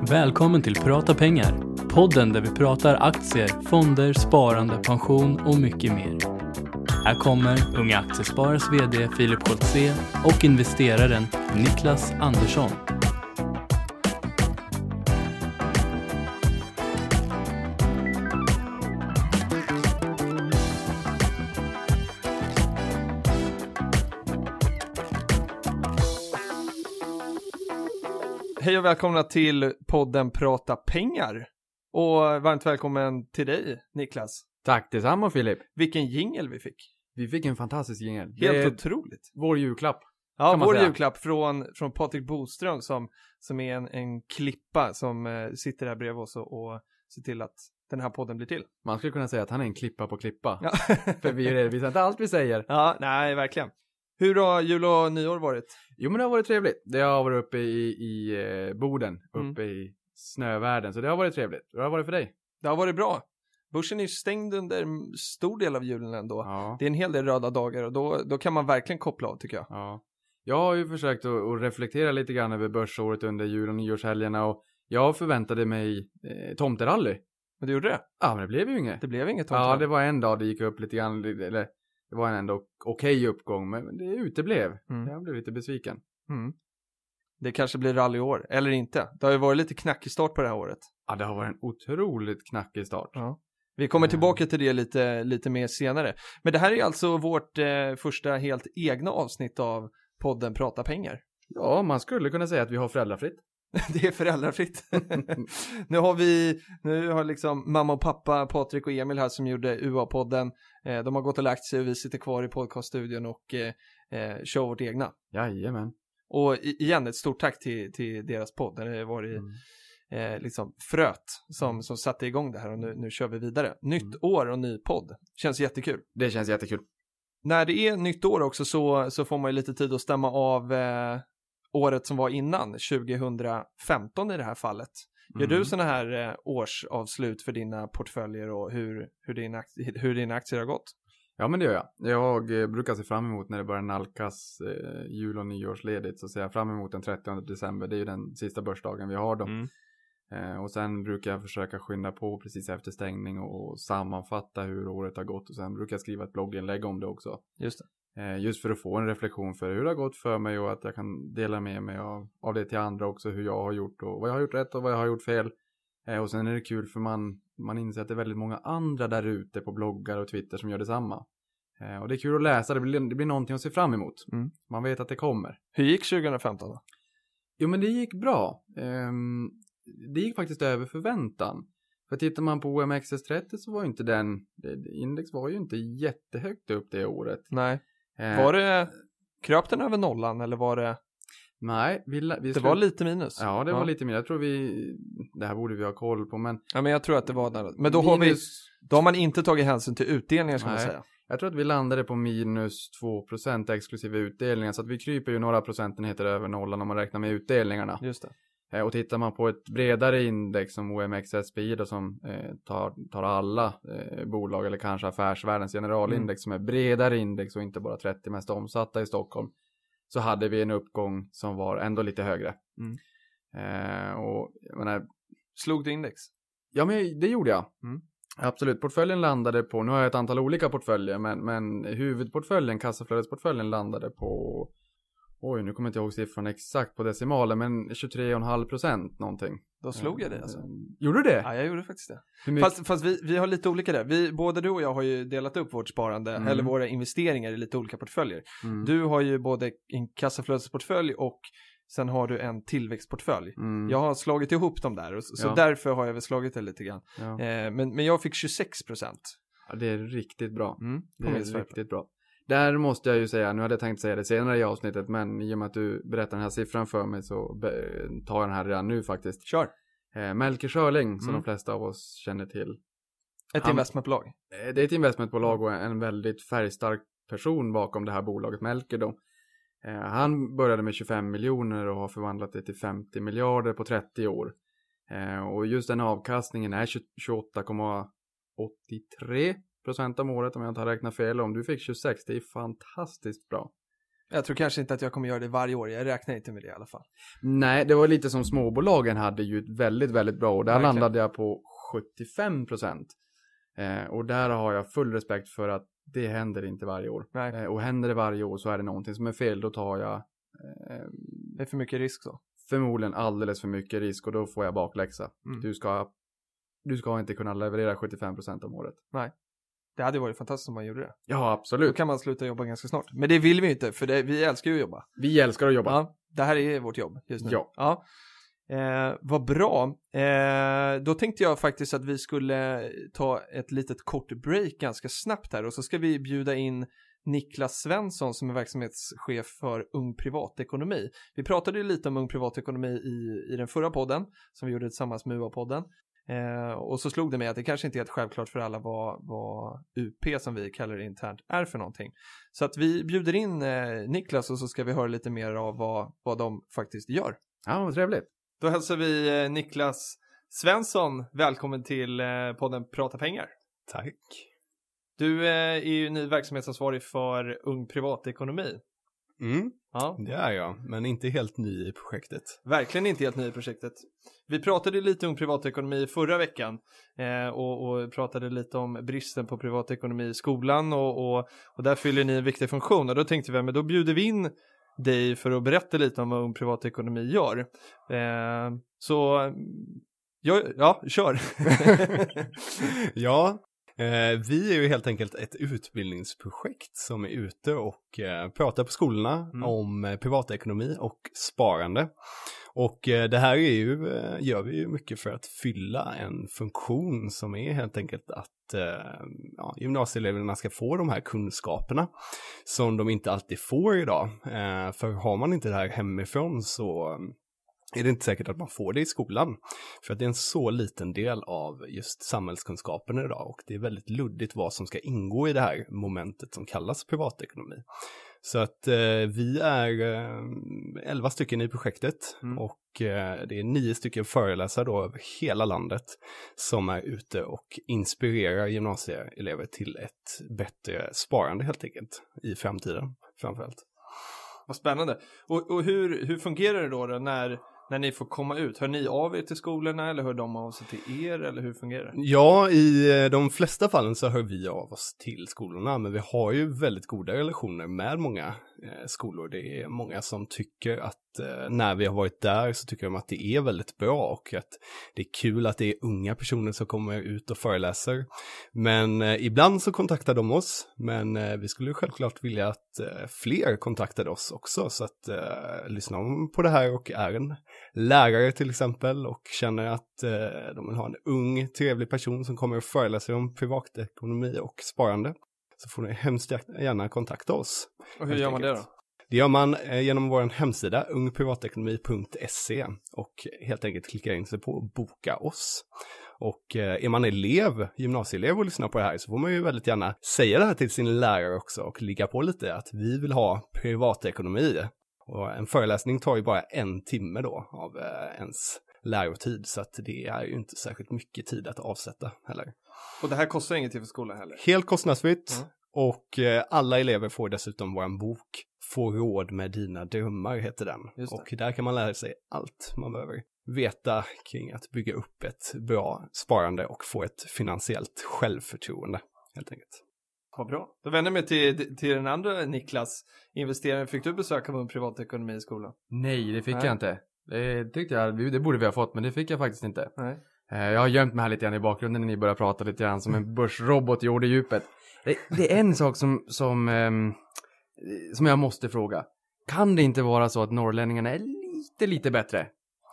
Välkommen till Prata pengar. Podden där vi pratar aktier, fonder, sparande, pension och mycket mer. Här kommer Unga Aktiesparares vd Filip Scholtze och investeraren Niklas Andersson. Hej och välkomna till podden Prata pengar. Och varmt välkommen till dig, Niklas. Tack detsamma, Filip. Vilken jingle vi fick. Vi fick en fantastisk jingle. Helt otroligt. Vår julklapp. Ja, vår julklapp från Patrik Boström som är en klippa som sitter här bredvid oss och ser till att den här podden blir till. Man skulle kunna säga att han är en klippa på klippa. Ja. För vi redovisar inte allt vi säger. Ja, nej, verkligen. Hur har jul och nyår varit? Jo, men det har varit trevligt. Det har varit uppe i Boden, uppe i snövärlden. Så det har varit trevligt. Hur har det varit för dig? Det har varit bra. Börsen är ju stängd under en stor del av julen ändå. Ja. Det är en hel del röda dagar och då kan man verkligen koppla av, tycker jag. Ja. Jag har ju försökt att reflektera lite grann över börsåret under jul- och nyårshelgerna. Och jag förväntade mig tomterally. Men du gjorde det? Ja, men det blev ju inget. Det blev inget tomterally. Ja, det var en dag det gick upp lite grann. Eller det var en ändå okej uppgång. Men det uteblev. Jag blev lite besviken. Mm. Det kanske blir rally i år, eller inte. Det har ju varit lite knackig start på det här året. Ja, det har varit en otroligt knackig start. Ja. Vi kommer tillbaka till det lite mer senare. Men det här är alltså vårt första helt egna avsnitt av podden Prata pengar. Ja, man skulle kunna säga att vi har föräldrafritt. Det är föräldrafritt. Nu har liksom mamma och pappa, Patrik och Emil här som gjorde UA-podden. De har gått och lagt sig och vi sitter kvar i podcaststudion och kör vårt egna. Jajamän. Och igen, ett stort tack till deras podd. Det har varit liksom fröt som satte igång det här och nu kör vi vidare. Nytt år och ny podd. Känns jättekul. Det känns jättekul. När det är nytt år också så får man ju lite tid att stämma av året som var innan, 2015 i det här fallet. Gör du såna här årsavslut för dina portföljer och hur dina aktier har gått? Ja, men det gör jag. Jag brukar se fram emot när det börjar nalkas jul- och nyårsledigt. Så ser jag fram emot den 30 december. Det är ju den sista börsdagen vi har då. Och sen brukar jag försöka skynda på precis efter stängning och sammanfatta hur året har gått. Och sen brukar jag skriva ett blogginlägg om det också. Just det. Just för att få en reflektion för hur det har gått för mig och att jag kan dela med mig av det till andra också. Hur jag har gjort och vad jag har gjort rätt och vad jag har gjort fel. Och sen är det kul för man inser att det är väldigt många andra där ute på bloggar och Twitter som gör detsamma. Och det är kul att läsa, det blir någonting att se fram emot. Man vet att det kommer. Hur gick 2015 då? Jo, men det gick bra. Det gick faktiskt över förväntan. För tittar man på OMXS30 så var ju inte index var ju inte jättehögt upp det året. Nej. Var det kröp den över nollan eller var det? Nej, det var lite minus. Ja, det var lite minus. Jag tror det här borde vi ha koll på, men ja, men jag tror att det var där. Men då har man inte tagit hänsyn till utdelningar, ska man säga. Jag tror att vi landade på minus 2% exklusive utdelningar, så att vi kryper ju några procentenheter över nollan om man räknar med utdelningarna. Just det. Och tittar man på ett bredare index som OMXSPI då, som tar alla bolag eller kanske affärsvärldens generalindex som är bredare index och inte bara 30 mest omsatta i Stockholm, så hade vi en uppgång som var ändå lite högre. Och jag menar, slog du index? Ja, men det gjorde jag. Absolut, portföljen landade på, nu har jag ett antal olika portföljer, men huvudportföljen, kassaflödesportföljen landade på, nu kommer jag inte ihåg siffran exakt på decimalen, men 23,5% någonting. Då slog jag det alltså. Gjorde du det? Ja, jag gjorde faktiskt det. Fast vi har lite olika där. Både du och jag har ju delat upp vårt sparande, eller våra investeringar i lite olika portföljer. Du har ju både en kassaflödesportfölj och sen har du en tillväxtportfölj. Jag har slagit ihop dem där. Så därför har jag väl slagit det lite grann. Ja. Men jag fick 26%. Ja, det är riktigt bra. Det är riktigt bra. Där måste jag ju säga, nu hade jag tänkt säga det senare i avsnittet, men i och med att du berättar den här siffran för mig så tar jag den här redan nu faktiskt. Kör. Melker Schörling, som de flesta av oss känner till. Ett investmentbolag. Det är ett investmentbolag och en väldigt färgstark person bakom det här bolaget, Melker då. Han började med 25 miljoner och har förvandlat det till 50 miljarder på 30 år. Och just den avkastningen är 28,83% om året, om jag inte har räknat fel. Om du fick 26, det är fantastiskt bra. Jag tror kanske inte att jag kommer göra det varje år. Jag räknar inte med det i alla fall. Nej, det var lite som småbolagen hade ju ett väldigt, väldigt bra. Och där landade jag på 75%. Och där har jag full respekt för att det händer inte varje år. Och händer det varje år så är det någonting som är fel. Då tar jag... det är för mycket risk så. Förmodligen alldeles för mycket risk och då får jag bakläxa. Du ska inte kunna leverera 75% om året. Nej. Det hade varit fantastiskt om man gjorde det. Ja, absolut. Då kan man sluta jobba ganska snart. Men det vill vi inte, för vi älskar ju att jobba. Vi älskar att jobba. Ja, det här är vårt jobb just nu. Ja. Vad bra. Då tänkte jag faktiskt att vi skulle ta ett litet kort break ganska snabbt här. Och så ska vi bjuda in Niklas Svensson som är verksamhetschef för Ung Privatekonomi. Vi pratade ju lite om Ung Privatekonomi i den förra podden som vi gjorde tillsammans med UA-podden. Och så slog det mig att det kanske inte är helt självklart för alla vad UP som vi kallar det internt är för någonting. Så att vi bjuder in Niklas och så ska vi höra lite mer av vad de faktiskt gör. Ja, vad trevligt. Då hälsar vi Niklas Svensson välkommen till podden Prata pengar. Tack. Du är ju ny verksamhetsansvarig för Ung Privatekonomi. Ja, det är jag, men inte helt ny i projektet. Verkligen inte helt ny i projektet. Vi pratade lite om privatekonomi förra veckan och pratade lite om bristen på privatekonomi i skolan och där fyller ni en viktig funktion. Och då tänkte vi, men då bjuder vi in dig för att berätta lite om vad Ung Privatekonomi gör. Så kör! Ja. Vi är ju helt enkelt ett utbildningsprojekt som är ute och pratar på skolorna om privatekonomi och sparande. Och det här gör vi ju mycket för att fylla en funktion som är helt enkelt att gymnasieeleverna ska få de här kunskaperna som de inte alltid får idag. För har man inte det här hemifrån så är det inte säkert att man får det i skolan. För att det är en så liten del av just samhällskunskapen idag. Och det är väldigt luddigt vad som ska ingå i det här momentet som kallas privatekonomi. Så att vi är 11 stycken i projektet. Och det är 9 stycken föreläsare då över hela landet som är ute och inspirerar gymnasieelever till ett bättre sparande helt enkelt i framtiden framförallt. Vad spännande. Och hur fungerar det då när ni får komma ut? Hör ni av er till skolorna eller hör de av sig till er eller hur fungerar det? Ja, i de flesta fallen så hör vi av oss till skolorna, men vi har ju väldigt goda relationer med många skolor. Det är många som tycker att när vi har varit där så tycker de att det är väldigt bra och att det är kul att det är unga personer som kommer ut och föreläser. Men ibland så kontaktar de oss, men vi skulle självklart vilja att fler kontaktade oss också, så att lyssnar de på det här och är en lärare till exempel och känner att de vill ha en ung, trevlig person som kommer och föreläser om privatekonomi och sparande, så får ni hemskt gärna kontakta oss. Och hur gör man det då? Det gör man genom vår hemsida ungprivatekonomi.se och helt enkelt klickar in sig på boka oss. Och är man gymnasieelev och lyssnar på det här så får man ju väldigt gärna säga det här till sin lärare också och ligga på lite att vi vill ha privatekonomi. Och en föreläsning tar ju bara 1 timme då av ens lärotid, så att det är ju inte särskilt mycket tid att avsätta heller. Och det här kostar ingenting för skolan heller? Helt kostnadsfritt. Och alla elever får dessutom vår bok Få råd med dina drömmar heter den. Och där kan man lära sig allt man behöver veta kring att bygga upp ett bra sparande och få ett finansiellt självförtroende helt enkelt. Vad bra. Då vänder jag mig till den andra Niklas. Investeraren, fick du besöka en privatekonomi i skolan? Nej, det fick jag inte. Det tyckte jag, det borde vi ha fått, men det fick jag faktiskt inte. Nej. Jag har gömt mig här lite grann i bakgrunden när ni börjar prata lite grann som en börsrobot gjorde i djupet. Det är en sak som jag måste fråga. Kan det inte vara så att norrlänningarna är lite bättre?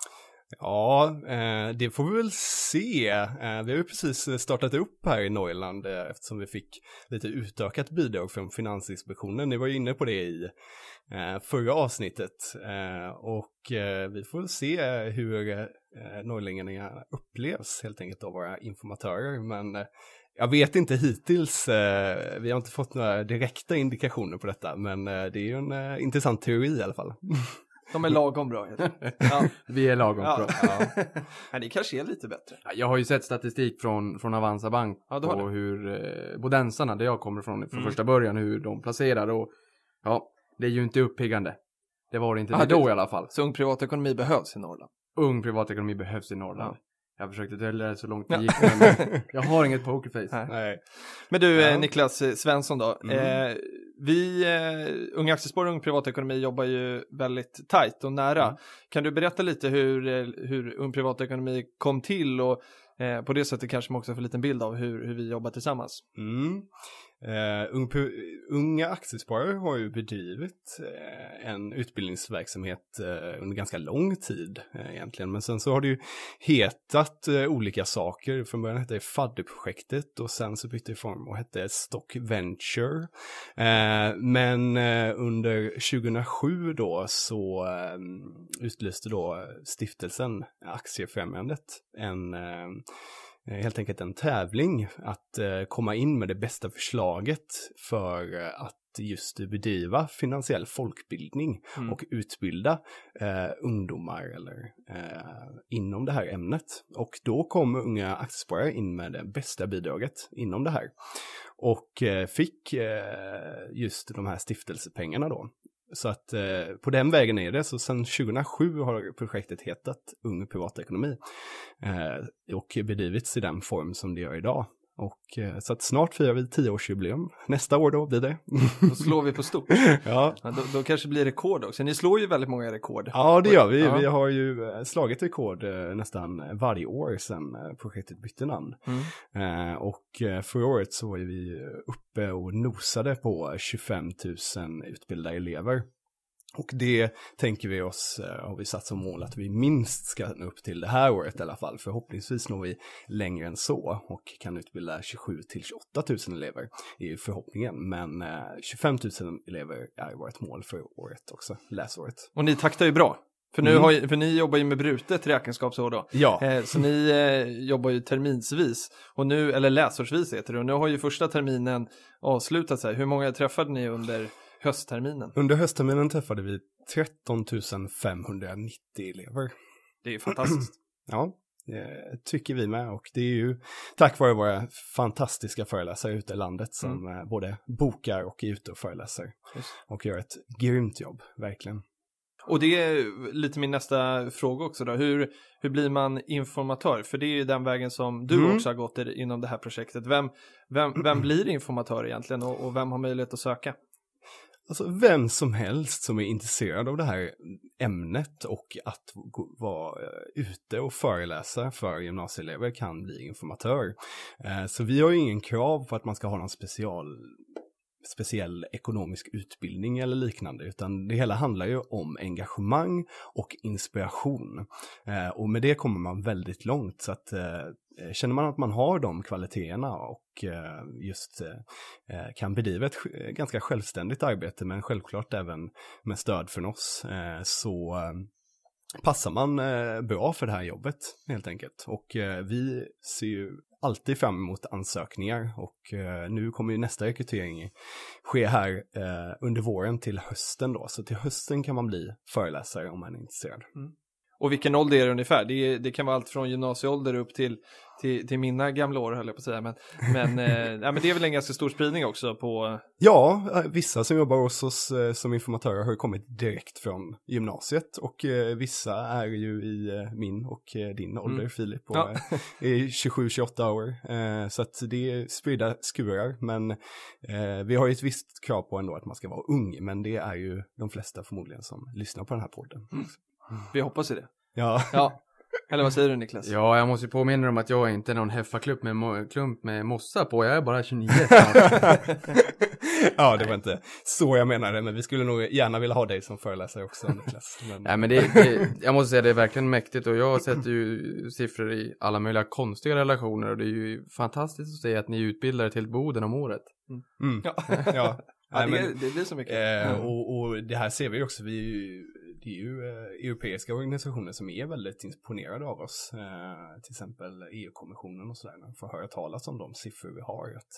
Ja, det får vi väl se. Vi har ju precis startat upp här i Norrland eftersom vi fick lite utökat bidrag från Finansinspektionen. Ni var ju inne på det i förra avsnittet. Och vi får väl se hur norrlänningarna upplevs helt enkelt av våra informatörer. Men jag vet inte hittills, vi har inte fått några direkta indikationer på detta. Men det är ju en intressant teori i alla fall. De är lagom bra. Ja. Vi är lagom bra. Ja. Ja, det kanske är lite bättre. Jag har ju sett statistik från Avanza Bank på hur bodensarna, där jag kommer från första början, hur de placerar. Och, det är ju inte uppiggande. Det var det inte då i alla fall. Så ung privatekonomi behövs i Norrland? Ung privatekonomi behövs i Norrland. Ja. Jag försökte dölja det så långt det gick, men jag har inget pokerface. Nej. Men du, Niklas Svensson då. Vi, Unga Aktiespar och Ung Privatekonomi jobbar ju väldigt tajt och nära. Kan du berätta lite hur Ung Privatekonomi kom till och på det sättet kanske man också får en liten bild av hur vi jobbar tillsammans? Unga Aktiesparare har ju bedrivit en utbildningsverksamhet under ganska lång tid egentligen, men sen så har det ju hetat olika saker. Från början hette det Fadderprojektet och sen så bytte det form och hette Stock Venture, men under 2007 då så utlyste då stiftelsen Aktiefrämjandet helt enkelt en tävling att komma in med det bästa förslaget för att just bedriva finansiell folkbildning och utbilda ungdomar eller inom det här ämnet. Och då kom Unga Aktiesparare in med det bästa bidraget inom det här och fick just de här stiftelsepengarna då. Så att på den vägen är det. Så sedan 2007 har projektet hetat Ung Privatekonomi och bedrivits i den form som det gör idag. Och så att snart firar vi 10-årsjubileum. Nästa år då blir det. Då slår vi på stort. Ja. Då kanske blir rekord också. Ni slår ju väldigt många rekord. Ja, det gör vi. Ja. Vi har ju slagit rekord nästan varje år sedan projektet bytte namn. Och förra året så var vi uppe och nosade på 25 000 utbildade elever. Och det tänker vi oss, har vi satt som mål att vi minst ska nå upp till det här året i alla fall. Förhoppningsvis når vi längre än så och kan utbilda 27 till 28 000 elever i förhoppningen. Men 25 000 elever är vårt mål för året också, läsåret. Och ni taktar ju bra. För ni jobbar ju med brutet räkenskapsår då. Ja. Så ni jobbar ju terminsvis. Och nu, eller läsårsvis heter det. Och nu har ju första terminen avslutat sig. Hur många träffade ni under höstterminen? Under höstterminen träffade vi 13 590 elever. Det är ju fantastiskt. Ja, det tycker vi med. Och det är ju tack vare våra fantastiska föreläsare ute i landet som både bokar och är ute och föreläser. Och gör ett grymt jobb, verkligen. Och det är lite min nästa fråga också då. Hur blir man informatör? För det är ju den vägen som du också har gått inom det här projektet. Vem blir informatör egentligen och vem har möjlighet att söka? Alltså vem som helst som är intresserad av det här ämnet och att vara ute och föreläsa för gymnasieelever kan bli informatör. Så vi har ju ingen krav på att man ska ha någon speciell ekonomisk utbildning eller liknande, utan det hela handlar ju om engagemang och inspiration. Och med det kommer man väldigt långt, så att känner man att man har de kvaliteterna och just kan bedriva ett ganska självständigt arbete, men självklart även med stöd från oss, så passar man bra för det här jobbet helt enkelt. Och vi ser ju alltid fram emot ansökningar och nu kommer ju nästa rekrytering ske här under våren till hösten då. Så till hösten kan man bli föreläsare om man är intresserad. Och vilken ålder är det ungefär? Det kan vara allt från gymnasieålder upp till mina gamla år, höll jag på att säga. Men det är väl en ganska stor spridning också på... Ja, vissa som jobbar hos oss som informatörer har kommit direkt från gymnasiet. Och vissa är ju i min och din ålder, Filip, och är 27-28 år. Så att det är spridda skurar. Men vi har ju ett visst krav på ändå att man ska vara ung. Men det är ju de flesta förmodligen som lyssnar på den här podden. Vi hoppas i det. Ja. Eller vad säger du, Niklas? Ja, jag måste ju påminna om att jag inte är någon heffaklump med mossa på. Jag är bara 29. Ja, det var inte så jag menade, men vi skulle nog gärna vilja ha dig som föreläsare också, Niklas. Nej, men jag måste säga det är verkligen mäktigt, och jag sätter ju siffror i alla möjliga konstiga relationer, och det är ju fantastiskt att se att ni utbildar till Boden om året. Ja, det blir så mycket. Och det här ser vi också, det är ju europeiska organisationer som är väldigt imponerade av oss, till exempel EU-kommissionen och sådär, får höra talas om de siffror vi har, att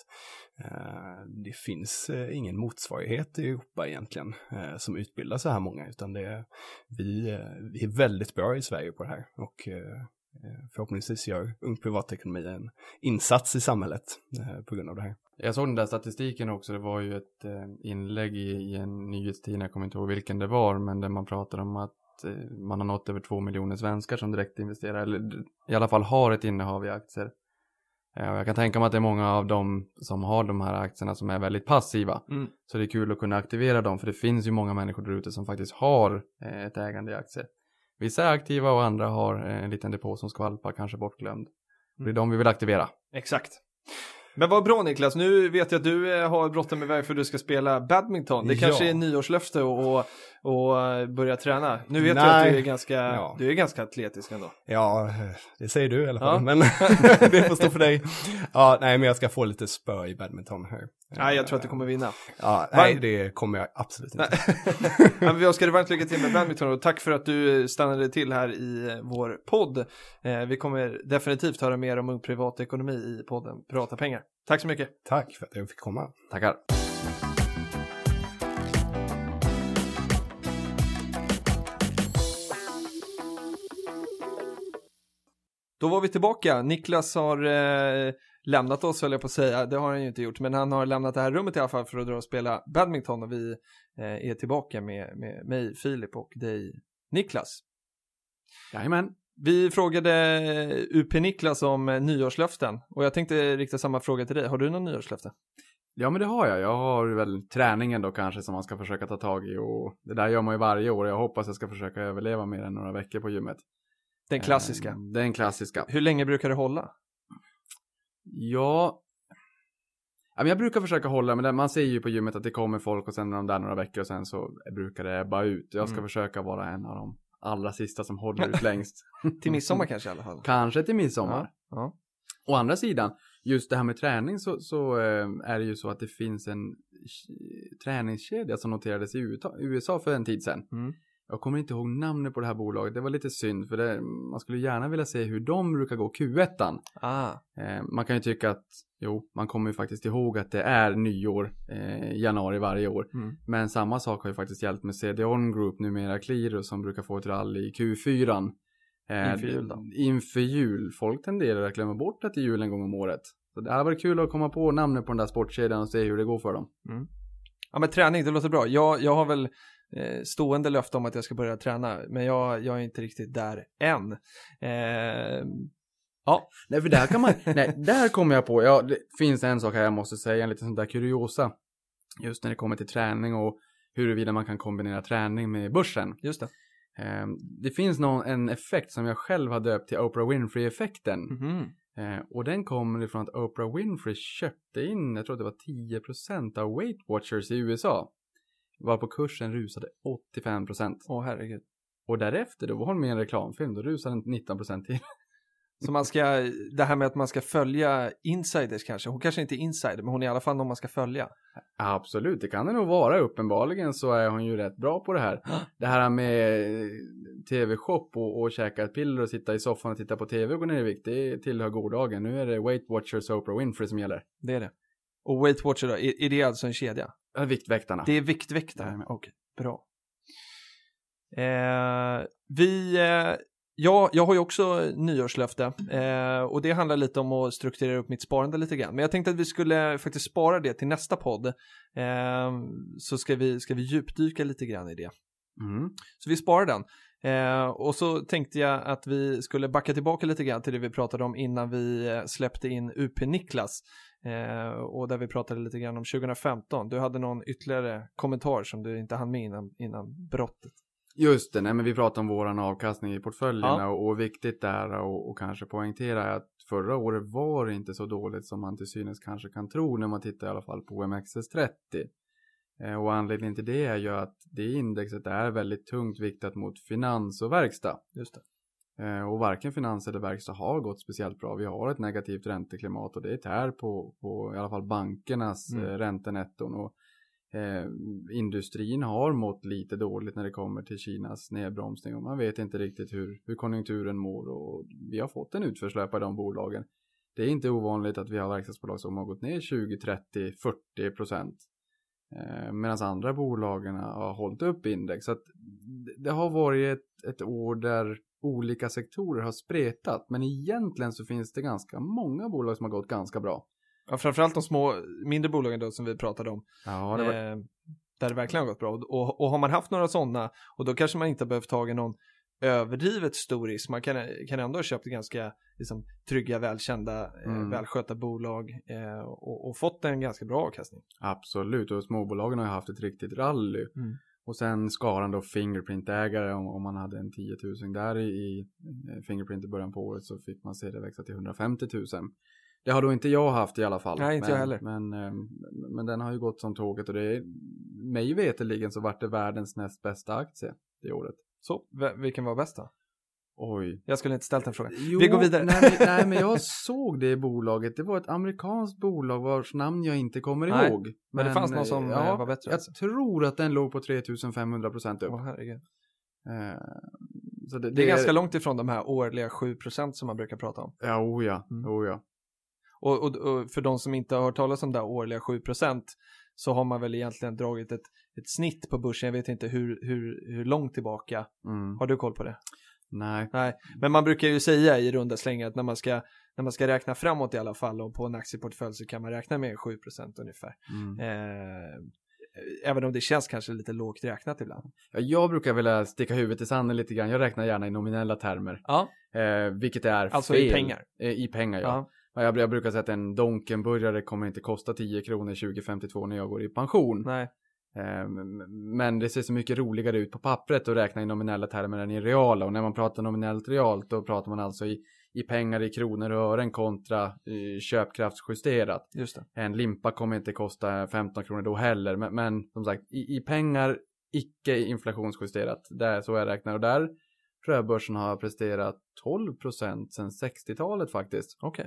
det finns ingen motsvarighet i Europa egentligen som utbildar så här många, utan vi är väldigt bra i Sverige på det här, och förhoppningsvis gör Ung Privatekonomi en insats i samhället på grund av det här. Jag såg den där statistiken också. Det var ju ett inlägg i en nyhetstidning. Jag kommer inte ihåg vilken det var. Men där man pratar om att man har nått över 2 miljoner svenskar som direkt investerar. Eller i alla fall har ett innehav i aktier. Och jag kan tänka mig att det är många av dem som har de här aktierna som är väldigt passiva. Så det är kul att kunna aktivera dem. För det finns ju många människor där ute som faktiskt har ett ägande i aktier. Vissa är aktiva och andra har en liten depå som skvalpar, kanske bortglömd. Det är de vi vill aktivera. Exakt. Men vad bra Niklas, nu vet jag att du har bråttom iväg för att du ska spela badminton. Det kanske är nyårslöfte och börja träna. Nu vet jag att du är ganska atletisk ändå. Ja, det säger du i alla fall. Men det får stå för dig. Ja, nej, men jag ska få lite spö i badminton här. Nej, jag tror att du kommer vinna. Ja, nej, det kommer jag absolut inte. Men vi önskar dig varmt lycka till med badminton och tack för att du stannade till här i vår podd. Vi kommer definitivt höra mer om ung privatekonomi i podden Prata pengar. Tack så mycket. Tack för att jag fick komma. Tackar. Då var vi tillbaka. Niklas har lämnat oss, höll jag på att säga. Det har han ju inte gjort. Men han har lämnat det här rummet i alla fall för att dra och spela badminton. Och vi är tillbaka med mig, Filip, och dig, Niklas. Jajamän. Vi frågade UP Niklas om nyårslöften. Och jag tänkte rikta samma fråga till dig. Har du någon nyårslöfte? Ja, men det har jag. Jag har väl träningen då kanske som man ska försöka ta tag i. Och det där gör man ju varje år. Jag hoppas jag ska försöka överleva mer än några veckor på gymmet. Den klassiska. Den klassiska. Hur länge brukar du hålla? Ja, men jag brukar försöka hålla. Men man ser ju på gymmet att det kommer folk och sen är de där några veckor och sen så brukar det bara ut. Jag ska försöka vara en av de allra sista som håller ut längst. Till midsommar kanske i alla fall. Kanske till midsommar. Ja. Å andra sidan, just det här med träning så är det ju så att det finns en träningskedja som noterades i USA för en tid sedan. Jag kommer inte ihåg namnet på det här bolaget. Det var lite synd för man skulle gärna vilja se hur de brukar gå Q1. Man kan ju tycka att man kommer ju faktiskt ihåg att det är nyår januari varje år. Men samma sak har ju faktiskt hjälpt med CD-ON Group, numera Qliro, som brukar få ett rally i Q4. Inför jul då? Inför jul. Folk tenderar att glömma bort att det är jul en gång om året. Så det här var kul att komma på namnet på den där sportkedjan och se hur det går för dem. Ja, men träning, det låter bra. Jag har väl stående löfte om att jag ska börja träna. Men jag är inte riktigt där än. Ja. Nej, för där kan man... nej, där kommer jag på... Ja, det finns en sak här jag måste säga. En liten sån där kuriosa. Just när det kommer till träning och huruvida man kan kombinera träning med börsen. Just det. Det finns en effekt som jag själv har döpt till Oprah Winfrey-effekten. Och den kommer ifrån att Oprah Winfrey köpte in, jag tror det var 10% av Weight Watchers i USA. Var på kursen rusade 85%. Åh herregud. Och därefter, då var hon med i en reklamfilm, då rusade den 19% till. Så det här med att man ska följa insiders kanske. Hon kanske inte är insider, men hon är i alla fall någon man ska följa. Absolut, det kan det nog vara. Uppenbarligen så är hon ju rätt bra på det här. Det här med tv-shop och käka ett piller och sitta i soffan och titta på tv och gå ner i vikt, det tillhör gårdagen. Nu är det Weight Watchers och Oprah Winfrey som gäller. Det är det. Och Weight Watcher då, är det alltså en kedja? Viktväktarna. Det är Viktväktarna, okej, bra. Jag har ju också nyårslöfte och det handlar lite om att strukturera upp mitt sparande lite grann. Men jag tänkte att vi skulle faktiskt spara det till nästa podd. Så ska vi djupdyka lite grann i det. Så vi sparar den. Och så tänkte jag att vi skulle backa tillbaka lite grann till det vi pratade om innan vi släppte in UP Niklas. Och där vi pratade lite grann om 2015. Du hade någon ytterligare kommentar som du inte hann med innan brottet. Just det, nej, men vi pratade om våran avkastning i portföljerna och viktigt där och kanske poängtera att förra året var det inte så dåligt som man till synes kanske kan tro när man tittar i alla fall på OMXS30. Och anledningen till det är ju att det indexet är väldigt tungt viktat mot finans och verkstad. Just det. Och varken finans eller verkstad har gått speciellt bra. Vi har ett negativt ränteklimat och det är tär på i alla fall bankernas räntenetton. Och industrin har mått lite dåligt när det kommer till Kinas nedbromsning. Och man vet inte riktigt hur konjunkturen mår. Och vi har fått en utförslöpa i de bolagen. Det är inte ovanligt att vi har verkstadsbolag som har gått ner 20, 30, 40%. Medan andra bolagen har hållit upp index. Så att det har varit ett år där olika sektorer har spretat. Men egentligen så finns det ganska många bolag som har gått ganska bra. Ja, framförallt de mindre bolagen då som vi pratade om. Ja, där det verkligen har gått bra. Och har man haft några sådana, och då kanske man inte behövt ta någon överdrivet stor risk. Man kan ändå ha köpt ganska liksom, trygga, välkända, välskötta bolag och fått en ganska bra avkastning. Absolut, och småbolagen har ju haft ett riktigt rally. Och sen skaran då Fingerprint-ägare, om man hade en 10 000 där i Fingerprint i början på året, så fick man se det växa till 150 000. Det har då inte jag haft i alla fall. Nej, inte jag heller. Men den har ju gått som tåget, och det är, mig veterligen så vart det världens näst bästa aktie det året. Så, vilken var bäst då? Oj. Jag skulle inte ställt den frågan. Vi går vidare. Nej, men jag såg det bolaget. Det var ett amerikanskt bolag vars namn jag inte kommer ihåg. Men det fanns någon som var bättre. Jag tror att den låg på 3500% upp. Herregud. Så det är ganska långt ifrån de här årliga 7% som man brukar prata om. Ja, oja. Och för de som inte har hört talas om det här årliga 7%, så har man väl egentligen dragit ett snitt på börsen. Jag vet inte hur långt tillbaka. Har du koll på det? Nej. Men man brukar ju säga i runda slängar att när man ska räkna framåt i alla fall, och på en aktieportfölj, så kan man räkna med 7% ungefär. Även om det känns kanske lite lågt räknat ibland. Ja, jag brukar vilja sticka huvudet i sanden lite grann. Jag räknar gärna i nominella termer. Ja. Vilket är alltså fel. I pengar. I pengar, ja. Jag brukar säga att en Donken-burgare kommer inte kosta 10 kronor 2052 när jag går i pension. Nej. Men det ser så mycket roligare ut på pappret att räkna i nominella termer än i reala. Och när man pratar nominellt realt, då pratar man alltså i pengar, i kronor och ören kontra köpkraftsjusterat. Just det. En limpa kommer inte kosta 15 kronor då heller. Men som sagt, i pengar, icke inflationsjusterat. Så jag räknar. Och där tror jag börsen har presterat 12% sedan 60-talet faktiskt. Okej.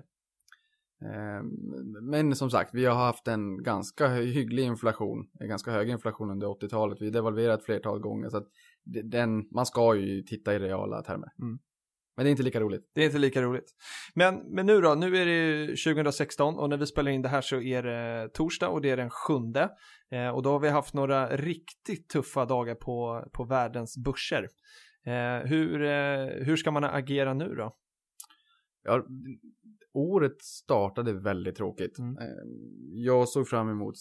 Men som sagt, vi har haft en ganska hygglig inflation, en ganska hög inflation under 80-talet. Vi har devalverat flertal gånger, så att man ska ju titta i reala termer. Men det är inte lika roligt. Det är inte lika roligt. Men nu då, nu är det 2016 och när vi spelar in det här så är det torsdag och det är den 7:e. Och då har vi haft några riktigt tuffa dagar på världens börser. Hur ska man agera nu då? Ja, året startade väldigt tråkigt. Jag såg fram emot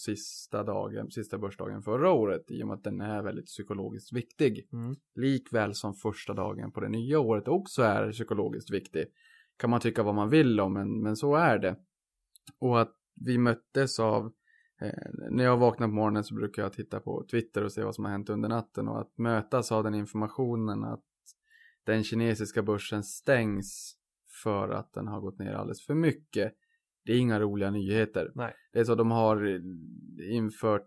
sista börsdagen förra året, i och med att den är väldigt psykologiskt viktig. Likväl som första dagen på det nya året också är psykologiskt viktig. Kan man tycka vad man vill om, men så är det. Och att vi möttes av, när jag vaknar på morgonen så brukar jag titta på Twitter och se vad som har hänt under natten. Och att mötas av den informationen att den kinesiska börsen stängs för att den har gått ner alldeles för mycket. Det är inga roliga nyheter. Nej. Det är så att de har infört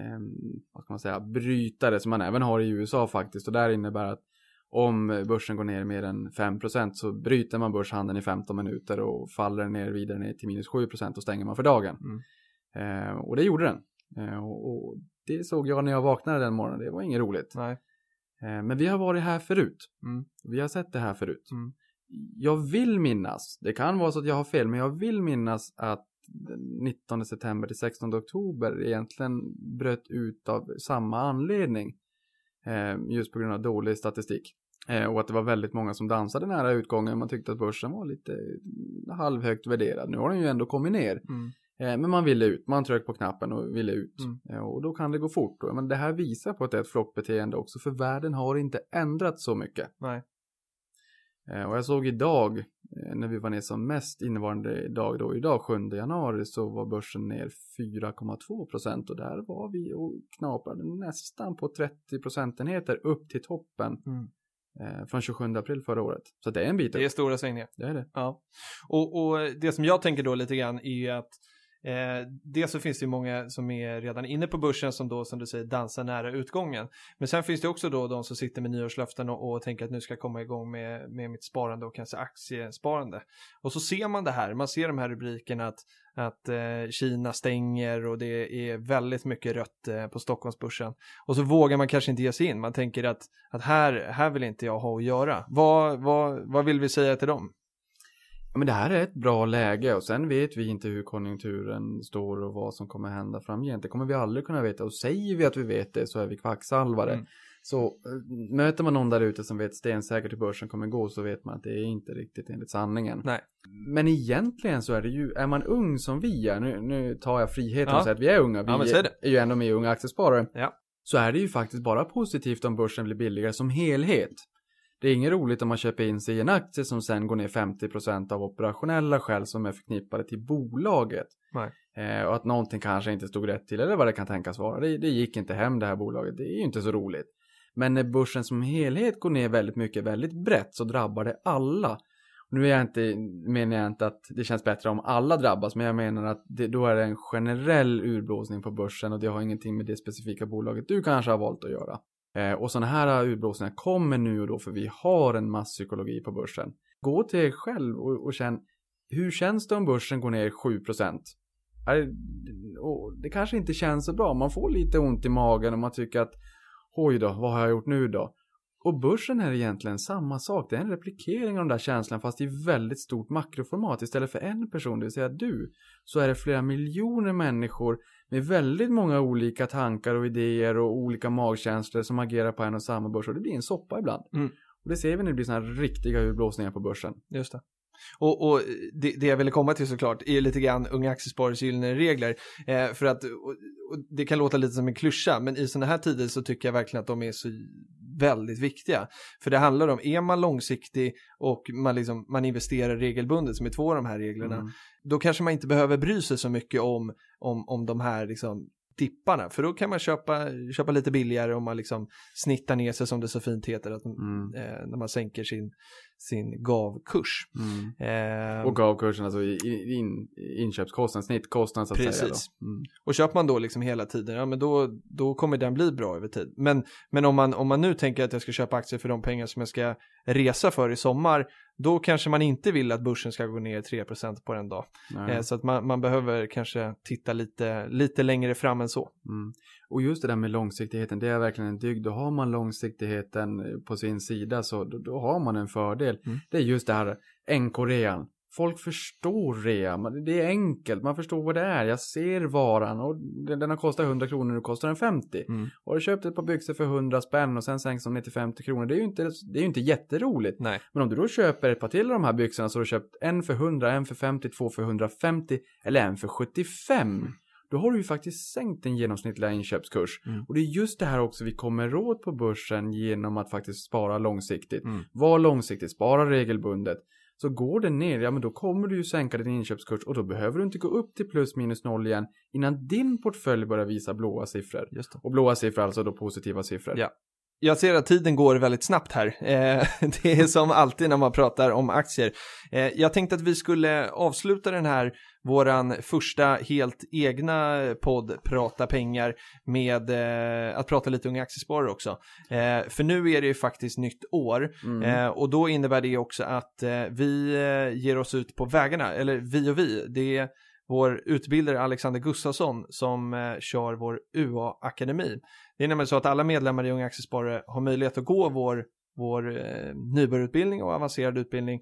vad ska man säga, brytare som man även har i USA faktiskt. Och där innebär att om börsen går ner mer än 5% så bryter man börshandeln i 15 minuter och faller ner vidare ner till minus 7% och stänger man för dagen. Och det gjorde den. Och det såg jag när jag vaknade den morgonen. Det var inget roligt. Nej. Men vi har varit här förut. Vi har sett det här förut. Jag vill minnas, det kan vara så att jag har fel, men jag vill minnas att 19 september till 16 oktober egentligen bröt ut av samma anledning. Just på grund av dålig statistik. Och att det var väldigt många som dansade nära utgången. Man tyckte att börsen var lite halvhögt värderad. Nu har den ju ändå kommit ner. Men man ville ut, man tryckte på knappen och ville ut. Och då kan det gå fort. Men det här visar på att det är ett flockbeteende också, för världen har inte ändrat så mycket. Nej. Och jag såg idag, när vi var ner som mest innevarande dag då, idag 7 januari, så var börsen ner 4,2%. Och där var vi och knaprade nästan på 30 procentenheter upp till toppen från 27 april förra året. Så det är en bit upp. Det är stora svängningar. Det är det. Ja. Och det som jag tänker då lite grann är att dels så finns det ju många som är redan inne på börsen som då, som du säger, dansar nära utgången. Men sen finns det också då de som sitter med nyårslöften och tänker att nu ska jag komma igång med mitt sparande och kanske aktiesparande. Och så ser man det här, man ser de här rubrikerna att Kina stänger och det är väldigt mycket rött på Stockholmsbörsen. Och så vågar man kanske inte ge sig in. Man tänker att här vill inte jag ha att göra. Vad vill vi säga till dem? Ja, men det här är ett bra läge, och sen vet vi inte hur konjunkturen står och vad som kommer hända framgent. Det kommer vi aldrig kunna veta, och säger vi att vi vet det så är vi kvacksalvare. Så möter man någon där ute som vet stensäkert hur börsen kommer gå, så vet man att det är inte riktigt enligt sanningen. Nej. Men egentligen så är det ju, är man ung som vi är, nu tar jag friheten och säger att vi är unga, vi är ju ändå med unga aktiesparare. Ja. Så är det ju faktiskt bara positivt om börsen blir billigare som helhet. Det är inget roligt om man köper in sig i en aktie som sen går ner 50% av operationella skäl som är förknippade till bolaget. Nej. Och att någonting kanske inte stod rätt till eller vad det kan tänkas vara. Det gick inte hem det här bolaget, det är ju inte så roligt. Men när börsen som helhet går ner väldigt mycket, väldigt brett, så drabbar det alla. Nu menar jag inte att det känns bättre om alla drabbas, men jag menar att då är det en generell urblåsning på börsen och det har ingenting med det specifika bolaget du kanske har valt att göra. Och sådana här urblåsningar kommer nu och då, för vi har en masspsykologi på börsen. Gå till er själv och känn, hur känns det om börsen går ner 7%? Det kanske inte känns så bra, man får lite ont i magen och man tycker att oj då, vad har jag gjort nu då? Och börsen är egentligen samma sak. Det är en replikering av den där känslan, fast i väldigt stort makroformat. Istället för en person, det vill säga du, så är det flera miljoner människor med väldigt många olika tankar och idéer och olika magkänslor som agerar på en och samma börs. Och det blir en soppa ibland. Och det ser vi när det blir såna här riktiga urblåsningar på börsen. Just det. Och det jag ville komma till såklart är lite grann unga aktiesparares gyllene regler. För att och det kan låta lite som en klyscha, men i sådana här tider så tycker jag verkligen att de är så väldigt viktiga. För det handlar om, är man långsiktig och man investerar regelbundet, som är 2 av de här reglerna, då kanske man inte behöver bry sig så mycket om de här dipparna, för då kan man köpa lite billigare om man snittar ner sig, som det så fint heter, att när man sänker sin gavkurs. Och gavkursen, alltså inköpskostnad, snittkostnad så att precis. säga. Och köper man då hela tiden, ja, men då kommer den bli bra över tid. Men om man nu tänker att jag ska köpa aktier för de pengar som jag ska resa för i sommar, då kanske man inte vill att börsen ska gå ner 3% på en dag. Så att man behöver kanske titta lite längre fram än så. Och just det där med långsiktigheten, det är verkligen en dygd. Då har man långsiktigheten på sin sida, så då har man en fördel. Det är just det här NK-rean. Folk förstår rea, det är enkelt, man förstår vad det är. Jag ser varan och den har kostat 100 kronor, nu kostar den 50. Och du köpt ett par byxor för 100 spänn och sen sänks de ner till 50 kronor. Det är ju inte jätteroligt. Nej. Men om du då köper ett par till av de här byxorna, så har du köpt en för 100, en för 50, 2 för 150 eller en för 75. Då har du ju faktiskt sänkt den genomsnittliga inköpskurs. Och det är just det här också vi kommer råd på börsen genom att faktiskt spara långsiktigt. Var långsiktigt, spara regelbundet. Så går det ner, ja men då kommer du ju sänka din inköpskurs och då behöver du inte gå upp till plus minus noll igen innan din portfölj börjar visa blåa siffror. Just det. Och blåa siffror, alltså då positiva siffror. Ja. Jag ser att tiden går väldigt snabbt här. Det är som alltid när man pratar om aktier. Jag tänkte att vi skulle avsluta den här, våran första helt egna podd Prata pengar, med att prata lite unga aktiesparare också. För nu är det ju faktiskt nytt år. Och då innebär det också att vi ger oss ut på vägarna. Eller vi, det är vår utbildare Alexander Gustafsson som kör vår UA-akademi. Det är nämligen så att alla medlemmar i Unga Aktiesparare har möjlighet att gå vår nybörjarutbildning och avancerad utbildning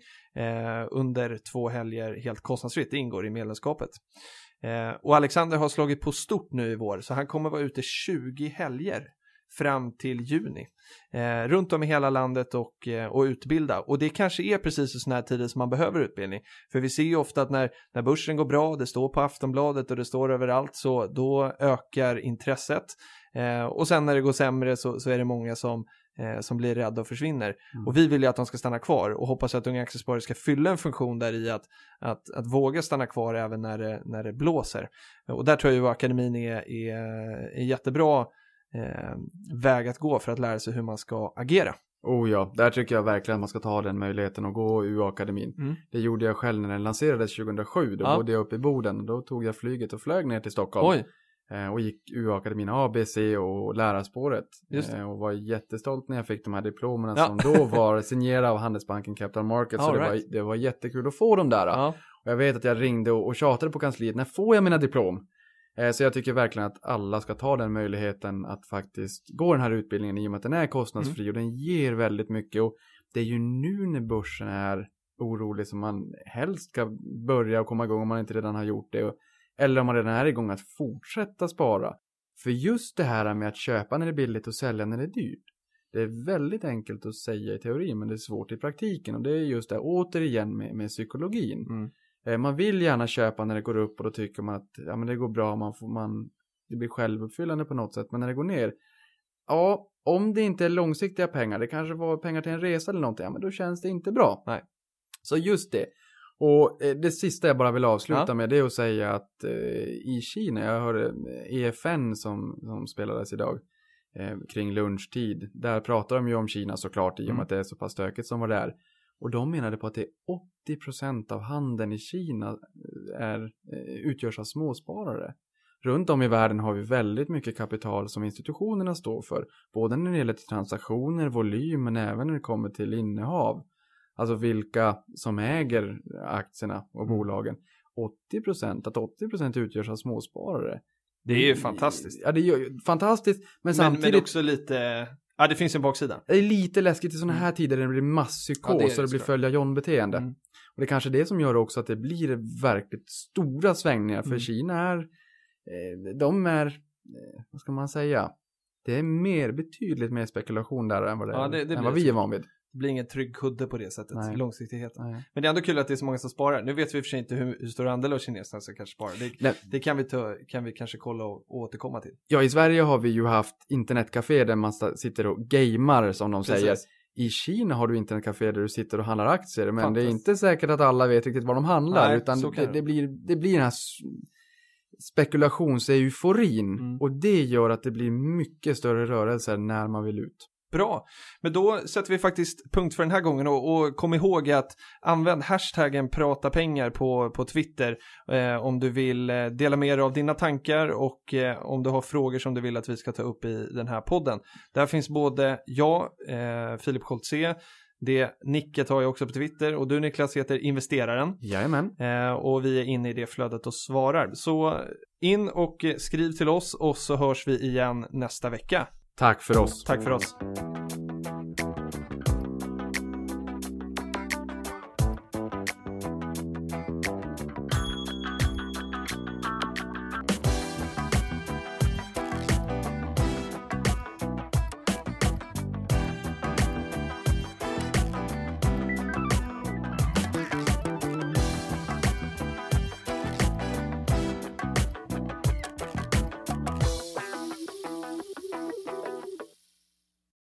under 2 helger helt kostnadsfritt. Det ingår i medlemskapet. Och Alexander har slagit på stort nu i vår, så han kommer vara ute 20 helger fram till juni. Runt om i hela landet och utbilda. Och det kanske är precis i såna här tider som man behöver utbildning. För vi ser ju ofta att när börsen går bra, det står på Aftonbladet och det står överallt, så då ökar intresset. Och sen när det går sämre så är det många som blir rädda och försvinner. Och vi vill ju att de ska stanna kvar och hoppas att Unga Aktiesparare ska fylla en funktion där i att våga stanna kvar även när det blåser. Och där tror jag ju att akademin är jättebra väg att gå för att lära sig hur man ska agera. Oh ja, där tycker jag verkligen att man ska ta den möjligheten att gå UA-akademin. Det gjorde jag själv när den lanserades 2007. Då bodde jag uppe i Boden. Då tog jag flyget och flög ner till Stockholm. Oj. Och gick UA-akademin ABC och lärarspåret. Och var jättestolt när jag fick de här diplomerna som då var signerade av Handelsbanken Capital Markets. Så det var jättekul att få dem där. Och jag vet att jag ringde och tjatade på kansliet. När får jag mina diplom? Så jag tycker verkligen att alla ska ta den möjligheten att faktiskt gå den här utbildningen, i och med att den är kostnadsfri och den ger väldigt mycket. Och det är ju nu när börsen är orolig som man helst ska börja och komma igång om man inte redan har gjort det. Eller om man redan är igång att fortsätta spara. För just det här med att köpa när det är billigt och sälja när det är dyrt. Det är väldigt enkelt att säga i teorin, men det är svårt i praktiken. Och det är just det återigen med psykologin. Man vill gärna köpa när det går upp och då tycker man att ja, men det går bra, det blir självuppfyllande på något sätt. Men när det går ner, ja, om det inte är långsiktiga pengar, det kanske var pengar till en resa eller någonting, ja, men då känns det inte bra. Nej. Så just det. Och det sista jag bara vill avsluta med, det är att säga att i Kina, jag hörde EFN som spelades idag kring lunchtid, där pratar de ju om Kina såklart i och med att det är så pass stökigt som var där. Och de menade på att det är 80% av handeln i Kina utgörs av småsparare. Runt om i världen har vi väldigt mycket kapital som institutionerna står för. Både när det gäller transaktioner, volym, men även när det kommer till innehav. Alltså vilka som äger aktierna och bolagen. 80% utgörs av småsparare. Det är ju fantastiskt. Ja, det är ju fantastiskt. Men samtidigt... Men också lite... Ja, det finns en baksida. Det är lite läskigt i sådana här tider när det blir masspsykos och det blir följa John-beteende. Och det är kanske det som gör också att det blir verkligt stora svängningar. För Kina vad ska man säga? Det är betydligt mer spekulation där än vad vi är van vid. Det blir ingen trygg kudde på det sättet, långsiktigheten. Nej. Men det är ändå kul att det är så många som sparar. Nu vet vi för sig inte hur stor andel av kineserna som kanske sparar. Det kan vi kanske kolla och återkomma till. Ja, i Sverige har vi ju haft internetcafé där man sitter och gamer som de säger. I Kina har du internetcafé där du sitter och handlar aktier. Men det är inte säkert att alla vet riktigt vad de handlar. Nej, utan det blir den här spekulations-euforin. Och det gör att det blir mycket större rörelser när man vill ut. Bra, men då sätter vi faktiskt punkt för den här gången och kom ihåg att använd hashtaggen prata pengar på Twitter om du vill dela med dig av dina tankar och om du har frågor som du vill att vi ska ta upp i den här podden. Där finns både jag, Filip Scholtze, Nicket har jag också på Twitter och du Niklas heter Investeraren. Jajamän. Och vi är inne i det flödet och svarar. Så in och skriv till oss och så hörs vi igen nästa vecka. Tack för oss. Tack för oss.